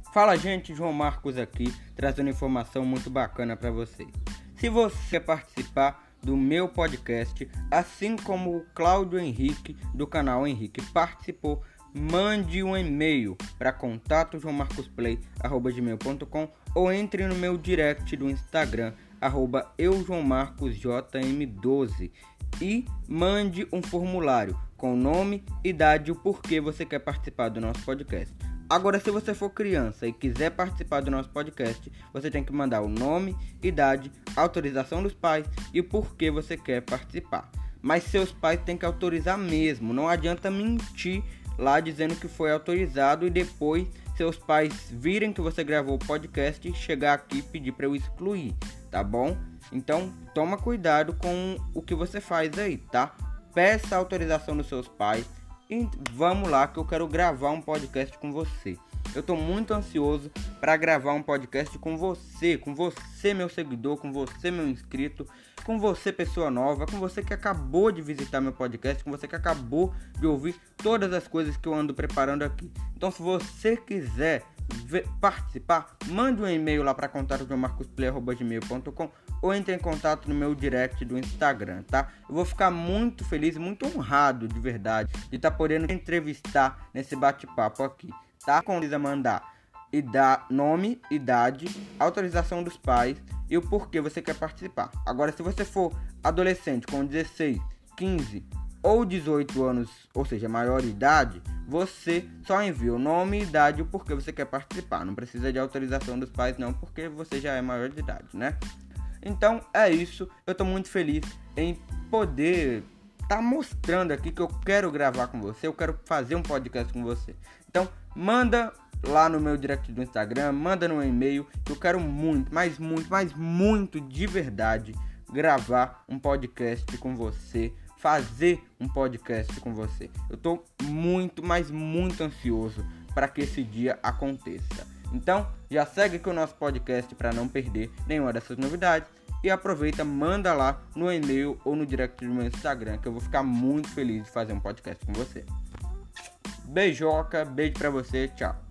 Fala, gente, João Marcos aqui, trazendo informação muito bacana para vocês. Se você quer participar do meu podcast, assim como o Cláudio Henrique do canal Henrique participou, mande um e-mail para contato@joaomarcosplay@gmail.com ou entre no meu direct do Instagram @eujoaomarcosjm12 e mande um formulário com nome, idade e o porquê você quer participar do nosso podcast. Agora, se você for criança e quiser participar do nosso podcast, você tem que mandar o nome, idade, autorização dos pais e o porquê você quer participar. Mas seus pais têm que autorizar mesmo, não adianta mentir lá dizendo que foi autorizado e depois seus pais virem que você gravou o podcast e chegar aqui e pedir para eu excluir, tá bom? Então, toma cuidado com o que você faz aí, tá? Peça a autorização dos seus pais e vamos lá que eu quero gravar um podcast com você. Eu tô muito ansioso para gravar um podcast com você meu seguidor, com você meu inscrito, com você pessoa nova, com você que acabou de visitar meu podcast, com você que acabou de ouvir todas as coisas que eu ando preparando aqui. Então, se você quiser participar, mande um e-mail lá para contato@joaomarcosplay@gmail.com ou entre em contato no meu direct do Instagram, tá? Eu vou ficar muito feliz e muito honrado de verdade de estar podendo entrevistar nesse bate-papo aqui, tá? Precisa mandar nome, idade, autorização dos pais e o porquê você quer participar. Agora, se você for adolescente com 16, 15 ou 18 anos, ou seja, maior idade, você só envia o nome, idade e o porquê você quer participar. Não precisa de autorização dos pais não, porque você já é maior de idade, né? Então é isso, eu tô muito feliz em poder tá mostrando aqui que eu quero gravar com você, eu quero fazer um podcast com você. Então manda lá no meu direct do Instagram, manda no e-mail, que eu quero muito, mas muito de verdade gravar um podcast com você, fazer um podcast com você. Eu tô muito ansioso para que esse dia aconteça. Então, já segue aqui o nosso podcast para não perder nenhuma dessas novidades e aproveita, manda lá no e-mail ou no direct do meu Instagram que eu vou ficar muito feliz de fazer um podcast com você. Beijoca, beijo para você, tchau.